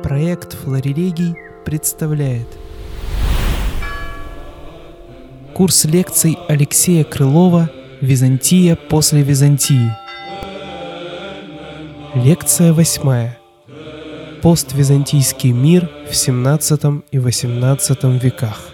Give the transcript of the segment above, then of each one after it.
Проект «Флорелегий» представляет курс лекций Алексея Крылова «Византия после Византии». Лекция 8. Поствизантийский мир в XVII и XVIII веках.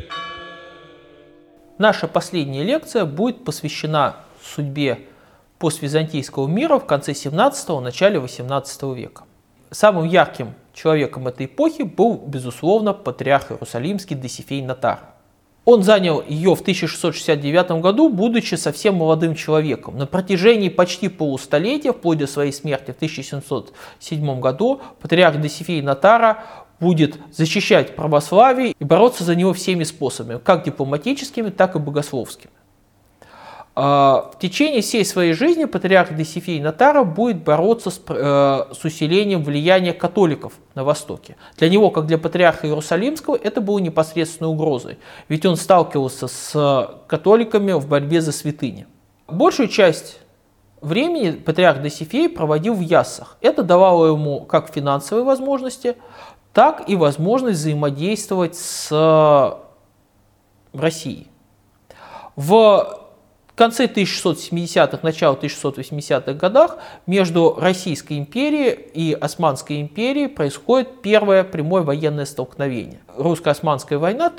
Наша последняя лекция будет посвящена судьбе поствизантийского мира в конце 17-го, начале 18 века. Самым ярким человеком этой эпохи был, безусловно, патриарх Иерусалимский Досифей Натар. Он занял ее в 1669 году, будучи совсем молодым человеком. На протяжении почти полустолетия, вплоть до своей смерти в 1707 году, патриарх Досифей Натара будет защищать православие и бороться за него всеми способами, как дипломатическими, так и богословскими. В течение всей своей жизни патриарх Досифей Натара будет бороться с усилением влияния католиков на Востоке. Для него, как для патриарха Иерусалимского, это было непосредственной угрозой, ведь он сталкивался с католиками в борьбе за святыни. Большую часть времени патриарх Досифей проводил в Яссах. Это давало ему как финансовые возможности, так и возможность взаимодействовать с Россией. В конце 1670-х, начало 1680-х годах между Российской империей и Османской империей происходит первое прямое военное столкновение. Русско-османская война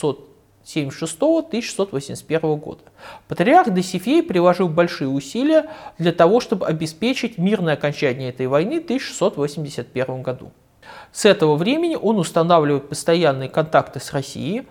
1676-1681 года. Патриарх Досифей приложил большие усилия для того, чтобы обеспечить мирное окончание этой войны в 1681 году. С этого времени он устанавливает постоянные контакты с Россией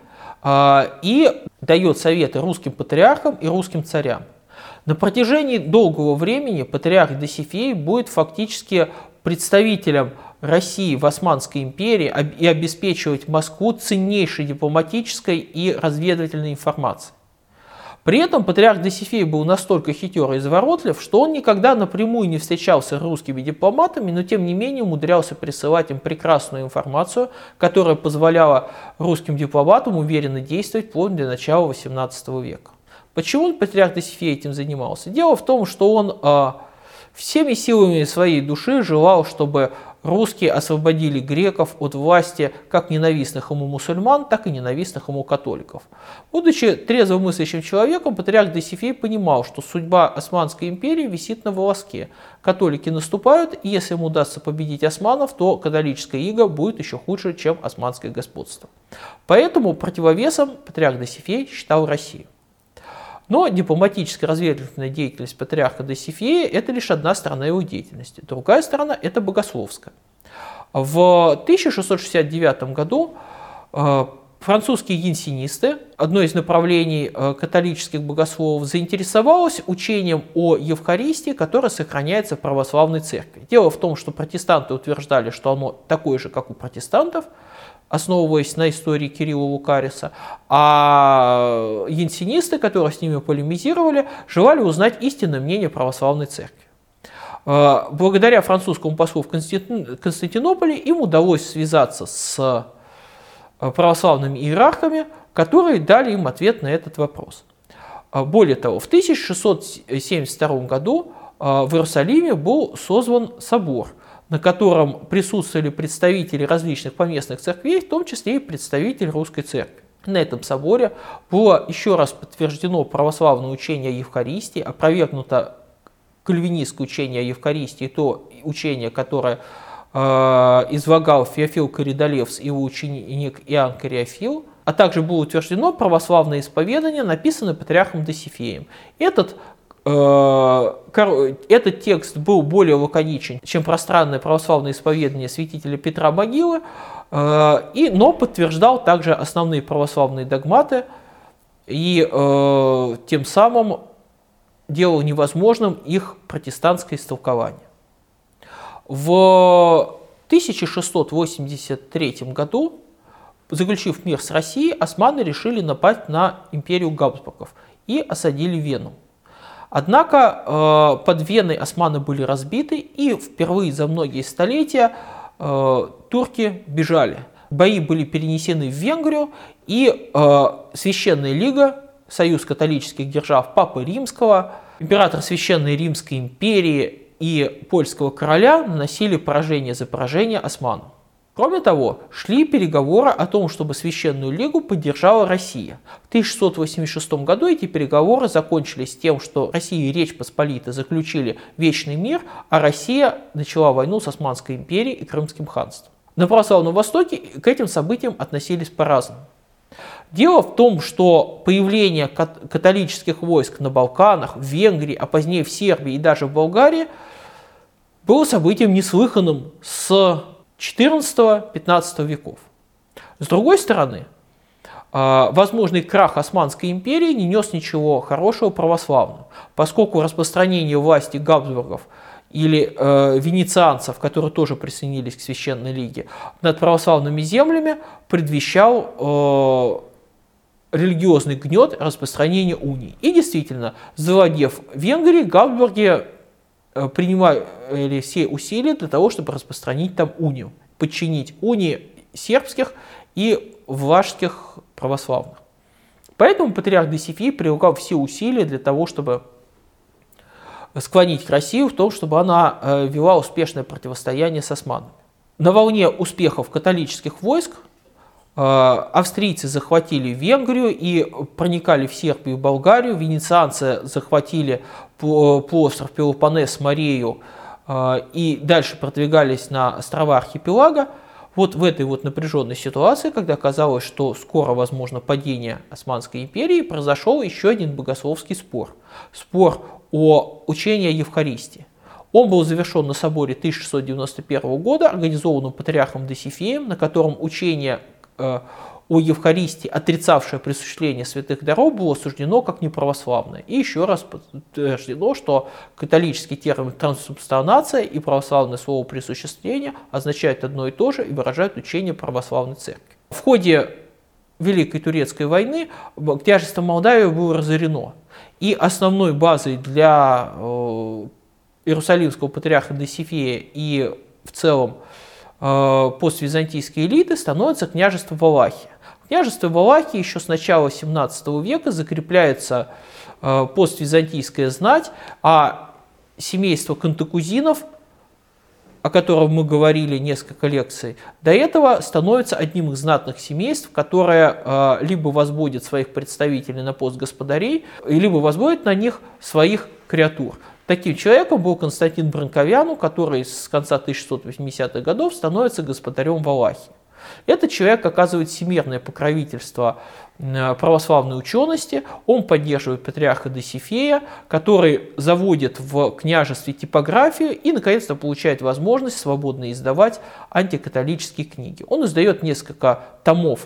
и дает советы русским патриархам и русским царям. На протяжении долгого времени патриарх Досифей будет фактически представителем России в Османской империи и обеспечивать Москву ценнейшей дипломатической и разведывательной информацией. При этом патриарх Досифей был настолько хитер и изворотлив, что он никогда напрямую не встречался с русскими дипломатами, но тем не менее умудрялся присылать им прекрасную информацию, которая позволяла русским дипломатам уверенно действовать вплоть до начала XVIII века. Почему патриарх Досифей этим занимался? Дело в том, что он всеми силами своей души желал, чтобы русские освободили греков от власти как ненавистных ему мусульман, так и ненавистных ему католиков. Будучи трезвомыслящим человеком, патриарх Досифей понимал, что судьба Османской империи висит на волоске. Католики наступают, и если им удастся победить османов, то католическая ига будет еще хуже, чем османское господство. Поэтому противовесом патриарх Досифей считал Россию. Но дипломатическая разведывательная деятельность патриарха Досифея – это лишь одна сторона его деятельности. Другая сторона – это богословская. В 1669 году французские янсенисты, одно из направлений католических богословов, заинтересовалось учением о Евхаристии, которое сохраняется в православной церкви. Дело в том, что протестанты утверждали, что оно такое же, как у протестантов, основываясь на истории Кирилла Лукариса, а янсенисты, которые с ними полемизировали, желали узнать истинное мнение православной церкви. Благодаря французскому послу в Константинополе им удалось связаться с православными иерархами, которые дали им ответ на этот вопрос. Более того, в 1672 году в Иерусалиме был созван собор, на котором присутствовали представители различных поместных церквей, в том числе и представители русской церкви. На этом соборе было еще раз подтверждено православное учение о Евхаристии, опровергнуто кальвинистское учение о Евхаристии, то учение, которое излагал Феофил Коридолевс и его ученик Иоанн Кариофил, а также было утверждено православное исповедание, написанное патриархом Досифеем. Этот текст был более лаконичен, чем пространное православное исповедание святителя Петра Могилы, но подтверждал также основные православные догматы и тем самым делал невозможным их протестантское истолкование. В 1683 году, заключив мир с Россией, османы решили напасть на империю Габсбургов и осадили Вену. Однако под Веной османы были разбиты, и впервые за многие столетия турки бежали. Бои были перенесены в Венгрию, и Священная Лига, союз католических держав Папы Римского, император Священной Римской империи и польского короля наносили поражение за поражение османам. Кроме того, шли переговоры о том, чтобы Священную Лигу поддержала Россия. В 1686 году эти переговоры закончились тем, что Россия и Речь Посполитая заключили вечный мир, а Россия начала войну с Османской империей и Крымским ханством. На православном Востоке к этим событиям относились по-разному. Дело в том, что появление католических войск на Балканах, в Венгрии, а позднее в Сербии и даже в Болгарии было событием неслыханным с XIV-XV веков. С другой стороны, возможный крах Османской империи не нес ничего хорошего православным, поскольку распространение власти Габсбургов или венецианцев, которые тоже присоединились к Священной Лиге, над православными землями предвещал религиозный гнет распространения унии. И действительно, завладев Венгрией, Габсбурги принимали все усилия для того, чтобы распространить там унию, подчинить унии сербских и влажских православных. Поэтому патриарх Досифей прилагал все усилия для того, чтобы склонить Россию в том, чтобы она вела успешное противостояние с османами. На волне успехов католических войск австрийцы захватили Венгрию и проникали в Сербию и Болгарию, венецианцы захватили полуостров Пелопоннес, Морею и дальше продвигались на острова архипелага. Вот в этой вот напряженной ситуации, когда казалось, что скоро возможно падение Османской империи, произошел еще один богословский спор. Спор о учении о Евхаристии. Он был завершен на соборе 1691 года, организованном патриархом Досифеем, на котором учение о Евхаристии, отрицавшее присуществление святых даров, было осуждено как неправославное. И еще раз подтверждено, что католический термин трансубстанция и православное слово присуществление означают одно и то же и выражают учение православной церкви. В ходе Великой Турецкой войны княжество Молдавия было разорено. И основной базой для Иерусалимского патриарха Досифея и в целом поствизантийской элиты становится княжество Валахия. В княжестве Валахии еще с начала 17 века закрепляется поствизантийская знать, а семейство кантакузинов, о котором мы говорили несколько лекций, до этого становится одним из знатных семейств, которое либо возводит своих представителей на пост господарей, либо возводит на них своих креатур. Таким человеком был Константин Бранковиану, который с конца 1680-х годов становится господарем Валахии. Этот человек оказывает всемирное покровительство православной учености, он поддерживает патриарха Досифея, который заводит в княжестве типографию и, наконец-то, получает возможность свободно издавать антикатолические книги. Он издает несколько томов,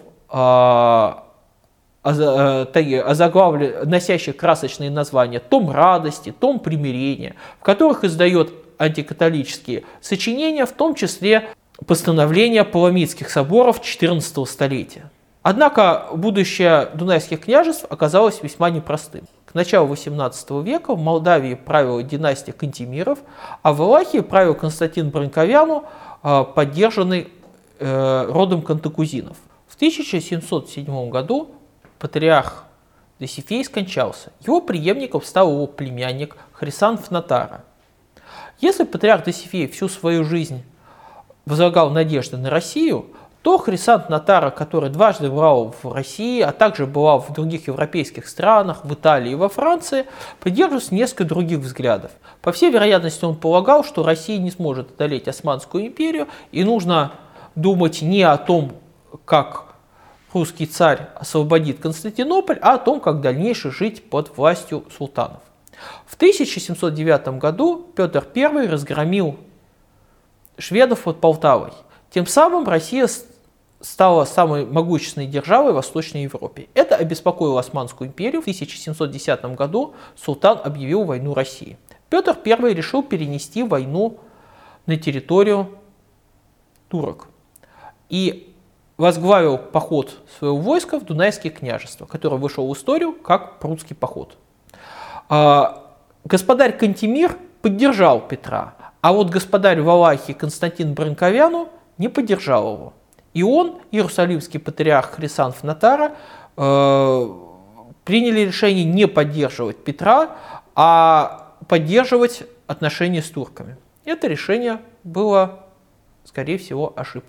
носящих красочные названия «Том радости», «Том примирения», в которых издает антикатолические сочинения, в том числе постановления Паламидских соборов XIV столетия. Однако будущее дунайских княжеств оказалось весьма непростым. К началу XVIII века в Молдавии правила династия Кантемиров, а в Валахии правил Константин Бранковиану, поддержанный родом кантакузинов. В 1707 году патриарх Досифей скончался. Его преемником стал его племянник Хрисанф Натара. Если патриарх Досифей всю свою жизнь возлагал надежды на Россию, то Хрисанф Натара, который дважды бывал в России, а также бывал в других европейских странах, в Италии и во Франции, придерживался несколько других взглядов. По всей вероятности, он полагал, что Россия не сможет одолеть Османскую империю, и нужно думать не о том, как русский царь освободит Константинополь, а о том, как дальнейше жить под властью султанов. В 1709 году Петр I разгромил шведов под Полтавой. Тем самым Россия стала самой могущественной державой в Восточной Европе. Это обеспокоило Османскую империю. В 1710 году султан объявил войну России. Петр I решил перенести войну на территорию турок и возглавил поход своего войска в Дунайские княжества, который вышел в историю как прусский поход. Господарь Кантемир поддержал Петра, а вот господарь Валахии Константин Бранковиану не поддержал его. И он, иерусалимский патриарх Хрисанф Натара, приняли решение не поддерживать Петра, а поддерживать отношения с турками. Это решение было, скорее всего, ошибкой.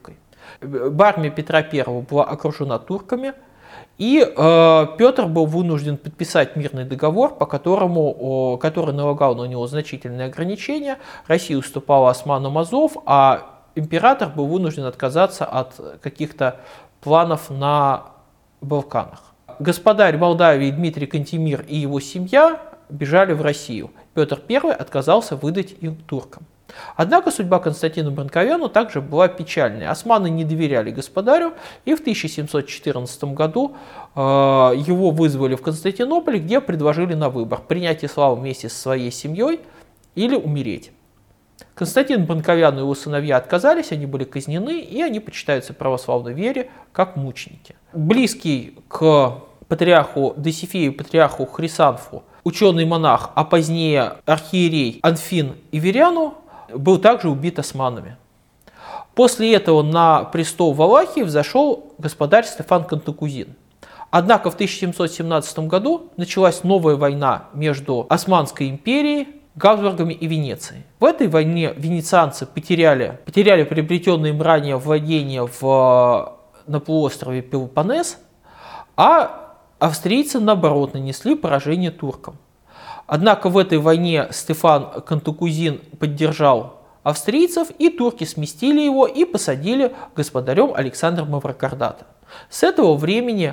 Армия Петра I была окружена турками, и Петр был вынужден подписать мирный договор, который налагал на него значительные ограничения. Россия уступала османам Азов, а император был вынужден отказаться от каких-то планов на Балканах. Господарь Молдавии Дмитрий Кантемир и его семья бежали в Россию. Петр I отказался выдать их туркам. Однако судьба Константину Бранковяну также была печальной. Османы не доверяли господарю, и в 1714 году его вызвали в Константинополь, где предложили на выбор: принять ислам вместе со своей семьей или умереть. Константин Бранковян и его сыновья отказались, они были казнены, и они почитаются в православной вере как мученики. Близкий к патриарху Досифею, патриарху Хрисанфу, ученый-монах, а позднее архиерей Анфин Иверяну, был также убит османами. После этого на престол Валахии взошел господарь Стефан Кантакузин. Однако в 1717 году началась новая война между Османской империей, Габсбургами и Венецией. В этой войне венецианцы потеряли приобретенные им ранее владения на полуострове Пелопоннес, а австрийцы, наоборот, нанесли поражение туркам. Однако в этой войне Стефан Кантакузин поддержал австрийцев, и турки сместили его и посадили господарем Александра Маврокордата. С этого времени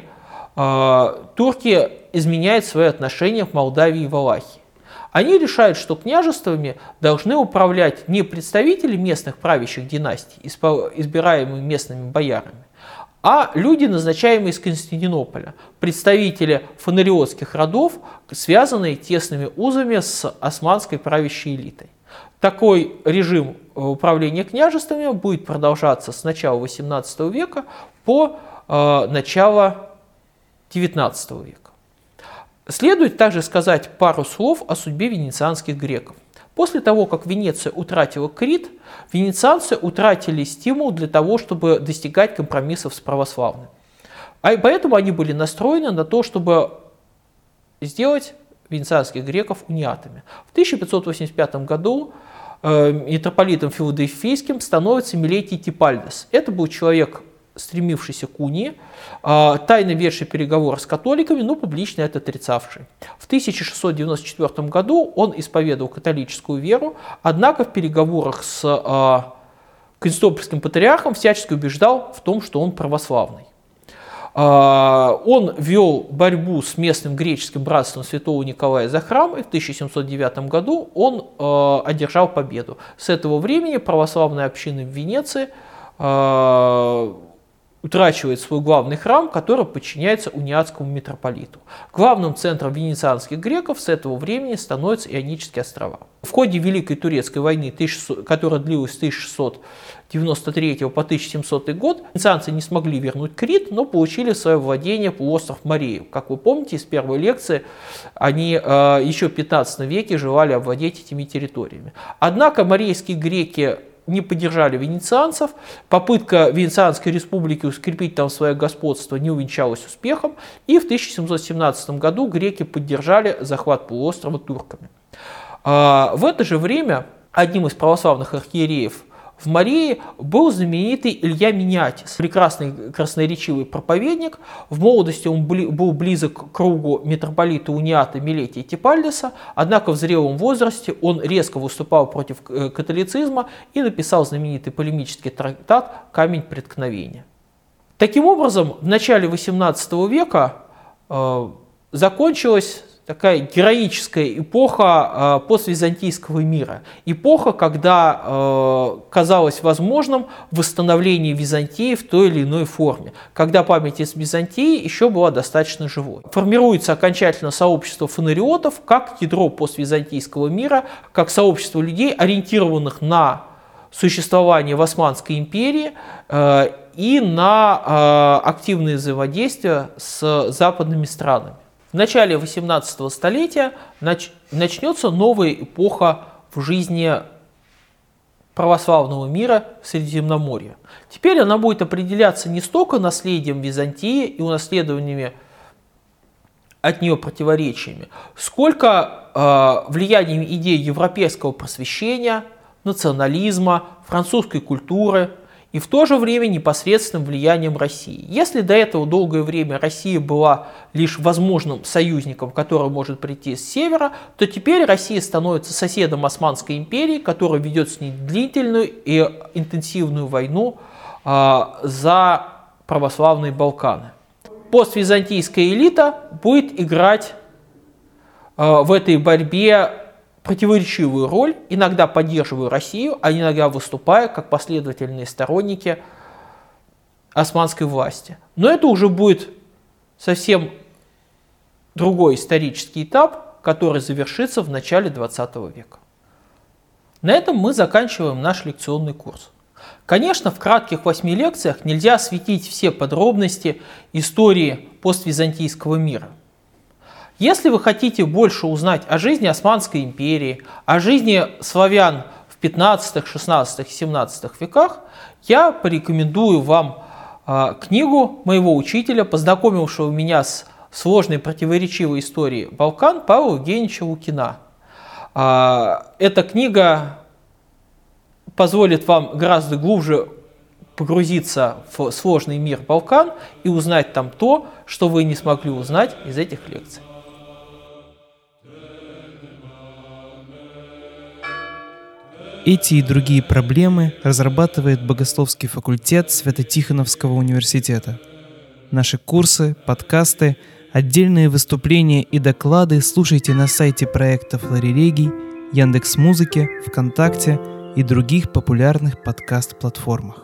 турки изменяют свои отношения к Молдавии и Валахии. Они решают, что княжествами должны управлять не представители местных правящих династий, избираемые местными боярами, а люди, назначаемые из Константинополя, представители фонариотских родов, связанные тесными узами с османской правящей элитой. Такой режим управления княжествами будет продолжаться с начала XVIII века по начало XIX века. Следует также сказать пару слов о судьбе венецианских греков. После того, как Венеция утратила Крит, венецианцы утратили стимул для того, чтобы достигать компромиссов с православными. А поэтому они были настроены на то, чтобы сделать венецианских греков униатами. В 1585 году митрополитом филадельфийским становится Милетий Типальдес. Это был человек, стремившийся к унии, тайно ведший переговоры с католиками, но публично это отрицавший. В 1694 году он исповедовал католическую веру, однако в переговорах с Константинопольским патриархом всячески убеждал в том, что он православный. Он вел борьбу с местным греческим братством Святого Николая за храм, и в 1709 году он одержал победу. С этого времени православная община в Венеции утрачивает свой главный храм, который подчиняется униатскому митрополиту. Главным центром венецианских греков с этого времени становятся Ионические острова. В ходе Великой Турецкой войны, которая длилась с 1693 по 1700 год, венецианцы не смогли вернуть Крит, но получили в свое владение полуостров Морею. Как вы помните из первой лекции, они еще в 15 веке желали овладеть этими территориями. Однако морейские греки не поддержали венецианцев, попытка Венецианской республики укрепить там свое господство не увенчалась успехом, и в 1717 году греки поддержали захват полуострова турками. В это же время одним из православных архиереев в Морее был знаменитый Илья Миниатис, прекрасный красноречивый проповедник. В молодости он был близок к кругу митрополита униата Милетия Типальдеса, однако в зрелом возрасте он резко выступал против католицизма и написал знаменитый полемический трактат «Камень преткновения». Таким образом, в начале XVIII века закончилась такая героическая эпоха поствизантийского мира. Эпоха, когда казалось возможным восстановление Византии в той или иной форме, когда память из Византии еще была достаточно живой. Формируется окончательно сообщество фонариотов как ядро поствизантийского мира, как сообщество людей, ориентированных на существование в Османской империи и на активное взаимодействие с западными странами. В начале 18 столетия начнется новая эпоха в жизни православного мира в Средиземноморье. Теперь она будет определяться не столько наследием Византии и унаследованными от нее противоречиями, сколько влиянием идей европейского просвещения, национализма, французской культуры и в то же время непосредственным влиянием России. Если до этого долгое время Россия была лишь возможным союзником, который может прийти с севера, то теперь Россия становится соседом Османской империи, которая ведет с ней длительную и интенсивную войну за православные Балканы. Поствизантийская элита будет играть в этой борьбе противоречивую роль, иногда поддерживая Россию, а иногда выступая как последовательные сторонники османской власти. Но это уже будет совсем другой исторический этап, который завершится в начале 20 века. На этом мы заканчиваем наш лекционный курс. Конечно, в кратких 8 лекциях нельзя осветить все подробности истории поствизантийского мира. Если вы хотите больше узнать о жизни Османской империи, о жизни славян в 15, 16, 17 веках, я порекомендую вам книгу моего учителя, познакомившего меня с сложной противоречивой историей Балкан, Павла Евгеньевича Лукина. Эта книга позволит вам гораздо глубже погрузиться в сложный мир Балкан и узнать там то, что вы не смогли узнать из этих лекций. Эти и другие проблемы разрабатывает Богословский факультет Свято-Тихоновского университета. Наши курсы, подкасты, отдельные выступления и доклады слушайте на сайте проекта Флорелегий, Яндекс.Музыке, ВКонтакте и других популярных подкаст-платформах.